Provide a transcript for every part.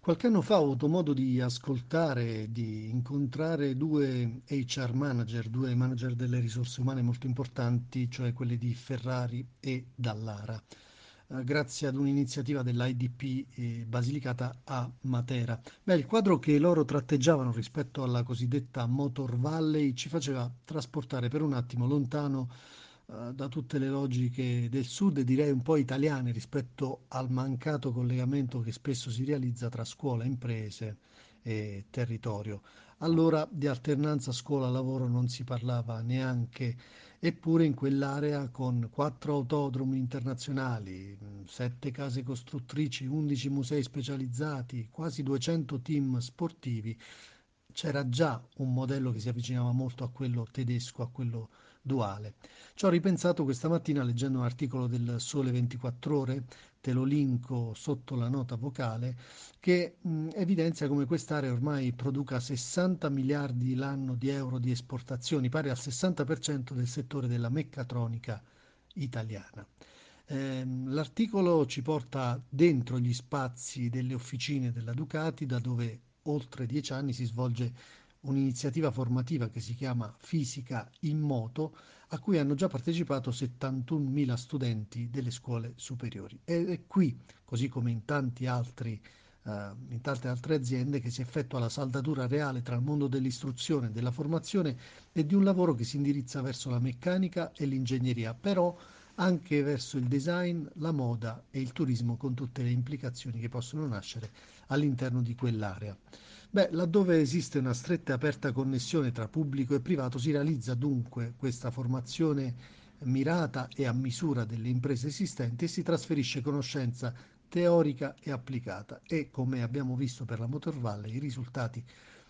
Qualche anno fa ho avuto modo di ascoltare e di incontrare due HR manager, due manager delle risorse umane molto importanti, cioè quelli di Ferrari e Dallara, grazie ad un'iniziativa dell'IDP Basilicata a Matera. Beh, il quadro che loro tratteggiavano rispetto alla cosiddetta Motor Valley ci faceva trasportare per un attimo lontano da tutte le logiche del sud e direi un po' italiane rispetto al mancato collegamento che spesso si realizza tra scuola, imprese e territorio. Allora di alternanza scuola-lavoro non si parlava neanche, eppure in quell'area con 4 autodromi internazionali, 7 case costruttrici, 11 musei specializzati, quasi 200 team sportivi, c'era già un modello che si avvicinava molto a quello tedesco, a quello duale. Ci ho ripensato questa mattina leggendo un articolo del Sole 24 Ore, te lo linko sotto la nota vocale, che evidenzia come quest'area ormai produca 60 miliardi l'anno di euro di esportazioni, pari al 60% del settore della meccatronica italiana. L'articolo ci porta dentro gli spazi delle officine della Ducati, da dove oltre 10 anni si svolge un'iniziativa formativa che si chiama Fisica in Moto, a cui hanno già partecipato 71.000 studenti delle scuole superiori. Ed è qui, così come in tante altre aziende, che si effettua la saldatura reale tra il mondo dell'istruzione, della formazione e di un lavoro che si indirizza verso la meccanica e l'ingegneria, però anche verso il design, la moda e il turismo, con tutte le implicazioni che possono nascere all'interno di quell'area. Beh, laddove esiste una stretta e aperta connessione tra pubblico e privato, si realizza dunque questa formazione mirata e a misura delle imprese esistenti e si trasferisce conoscenza teorica e applicata e, come abbiamo visto per la Motor Valley, i risultati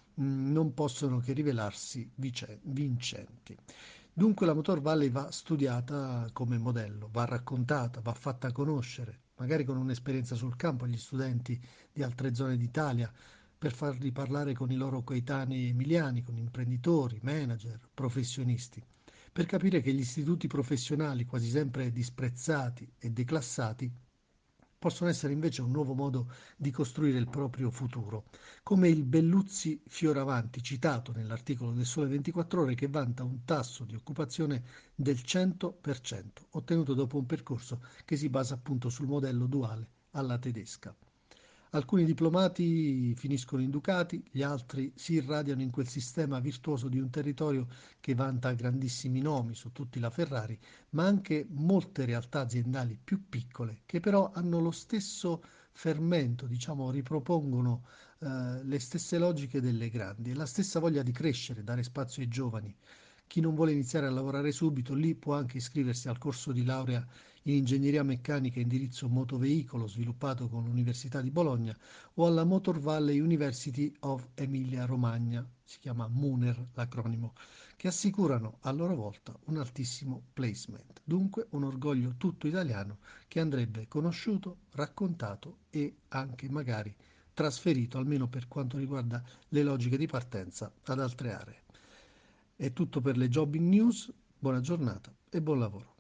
non possono che rivelarsi vincenti. Dunque la Motor Valley va studiata come modello, va raccontata, va fatta conoscere, magari con un'esperienza sul campo agli studenti di altre zone d'Italia, per farli parlare con i loro coetanei emiliani, con imprenditori, manager, professionisti, per capire che gli istituti professionali, quasi sempre disprezzati e declassati, possono essere invece un nuovo modo di costruire il proprio futuro, come il Belluzzi Fioravanti, citato nell'articolo del Sole 24 Ore, che vanta un tasso di occupazione del 100%, ottenuto dopo un percorso che si basa appunto sul modello duale alla tedesca. Alcuni diplomati finiscono in ducati, gli altri si irradiano in quel sistema virtuoso di un territorio che vanta grandissimi nomi, su tutti la Ferrari, ma anche molte realtà aziendali più piccole che però hanno lo stesso fermento, diciamo, ripropongono le stesse logiche delle grandi e la stessa voglia di crescere, dare spazio ai giovani. Chi non vuole iniziare a lavorare subito, lì può anche iscriversi al corso di laurea in ingegneria meccanica indirizzo motoveicolo sviluppato con l'Università di Bologna o alla Motor Valley University of Emilia Romagna, si chiama MUNER l'acronimo, che assicurano a loro volta un altissimo placement. Dunque un orgoglio tutto italiano che andrebbe conosciuto, raccontato e anche magari trasferito, almeno per quanto riguarda le logiche di partenza, ad altre aree. È tutto per le Jobbing News, buona giornata e buon lavoro.